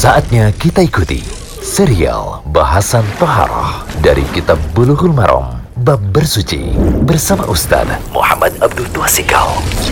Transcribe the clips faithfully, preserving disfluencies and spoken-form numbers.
Saatnya kita ikuti serial bahasan Toharoh dari Kitab Bulughul Maram Bab Bersuci bersama Ustaz Muhammad Abdul Twasikal.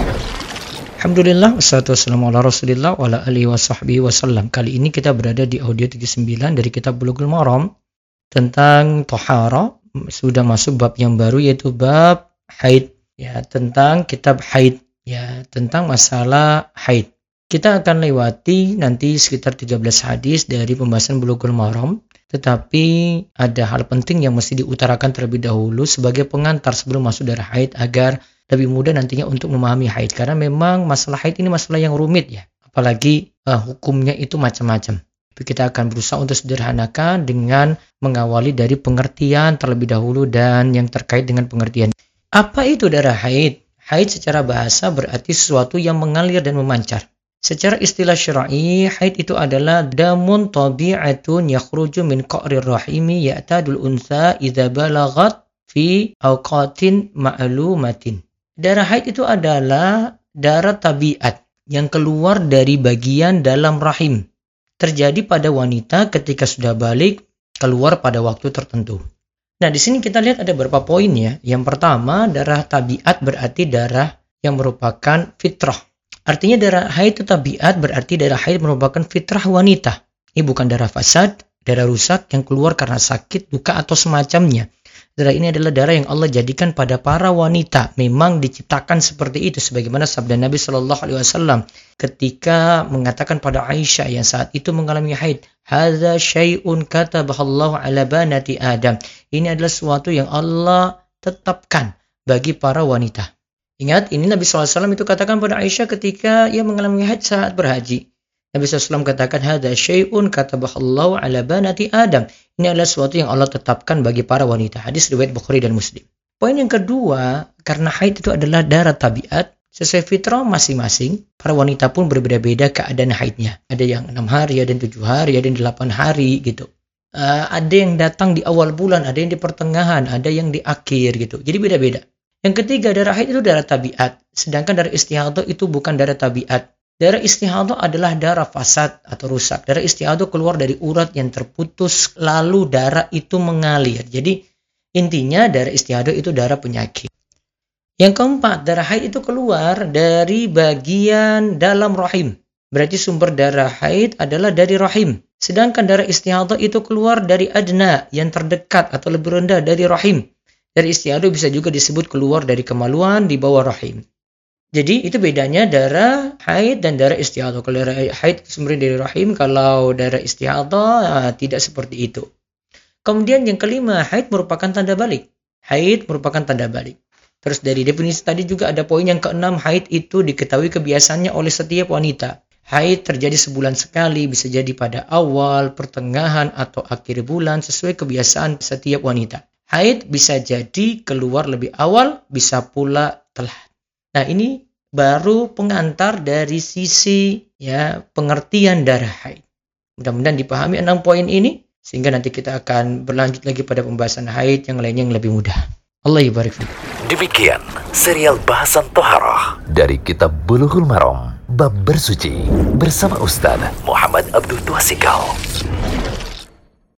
Alhamdulillah, wassalatu wassalamu ala rasulillah wa ala alihi wa sahbihi wasallam. Kali ini kita berada di audio tiga puluh sembilan dari Kitab Bulughul Maram tentang Toharoh. Sudah masuk bab yang baru, yaitu bab haid, ya, tentang kitab haid, ya, tentang masalah haid. Kita akan lewati nanti sekitar tiga belas hadis dari pembahasan Bulughul Maram, tetapi ada hal penting yang mesti diutarakan terlebih dahulu sebagai pengantar sebelum masuk darah haid agar lebih mudah nantinya untuk memahami haid, karena memang masalah haid ini masalah yang rumit, ya, apalagi uh, hukumnya itu macam-macam. Tapi kita akan berusaha untuk sederhanakan dengan mengawali dari pengertian terlebih dahulu dan yang terkait dengan pengertian. Apa itu darah haid? Haid secara bahasa berarti sesuatu yang mengalir dan memancar. Secara istilah syar'i, haid itu adalah damun tabi'atun yakhruju min qa'rir rahimi ya'tadul unsa idza balaghat fi awqatin ma'lumatin. Darah haid itu adalah darah tabiat yang keluar dari bagian dalam rahim. Terjadi pada wanita ketika sudah balik, keluar pada waktu tertentu. Nah, di sini kita lihat ada beberapa poin, ya. Yang pertama, darah tabiat berarti darah yang merupakan fitrah. Artinya darah haid itu tabiat berarti darah haid merupakan fitrah wanita. Ini bukan darah fasad, darah rusak yang keluar karena sakit, luka atau semacamnya. Darah ini adalah darah yang Allah jadikan pada para wanita. Memang diciptakan seperti itu, sebagaimana sabda Nabi Shallallahu Alaihi Wasallam ketika mengatakan pada Aisyah yang saat itu mengalami haid, "Hadza syai'un katabahallahu ala banati Adam." Ini adalah sesuatu yang Allah tetapkan bagi para wanita. Ingat, ini Nabi shallallahu alaihi wasallam itu katakan pada Aisyah ketika ia mengalami haid saat berhaji. Nabi shallallahu alaihi wasallam katakan, "Hadza syai'un katabahallahu ala banati Adam." Ini adalah sesuatu yang Allah tetapkan bagi para wanita. Hadis riwayat Bukhari dan Muslim. Poin yang kedua, karena haid itu adalah darah tabiat, sesuai fitrah masing-masing, para wanita pun berbeda-beda keadaan haidnya. Ada yang enam hari, ada yang tujuh hari, ada yang delapan hari, gitu. Uh, ada yang datang di awal bulan, ada yang di pertengahan, ada yang di akhir, gitu. Jadi beda-beda. Yang ketiga, darah haid itu darah tabiat. Sedangkan darah istihadah itu bukan darah tabiat. Darah istihadah adalah darah fasad atau rusak. Darah istihadah keluar dari urat yang terputus, lalu darah itu mengalir. Jadi intinya darah istihadah itu darah penyakit. Yang keempat, darah haid itu keluar dari bagian dalam rahim. Berarti sumber darah haid adalah dari rahim. Sedangkan darah istihadah itu keluar dari adna, yang terdekat atau lebih rendah dari rahim. Dari istihadah bisa juga disebut keluar dari kemaluan di bawah rahim. Jadi itu bedanya darah haid dan darah istihadah. Kalau darah haid sumbernya dari rahim, kalau darah istihadah nah, tidak seperti itu. Kemudian yang kelima, haid merupakan tanda balik. Haid merupakan tanda balik. Terus dari definisi tadi juga ada poin yang keenam, haid itu diketahui kebiasaannya oleh setiap wanita. Haid terjadi sebulan sekali, bisa jadi pada awal, pertengahan, atau akhir bulan sesuai kebiasaan setiap wanita. Haid bisa jadi keluar lebih awal, bisa pula telat. Nah, ini baru pengantar dari sisi, ya, pengertian darah haid. Mudah-mudahan dipahami enam poin ini, sehingga nanti kita akan berlanjut lagi pada pembahasan haid yang lainnya yang lebih mudah. Allah yabarik fiik. Demikian serial bahasan Toharoh dari Kitab Bulughul Maram Bab Bersuci bersama Ustaz Muhammad Abdul Twasikal.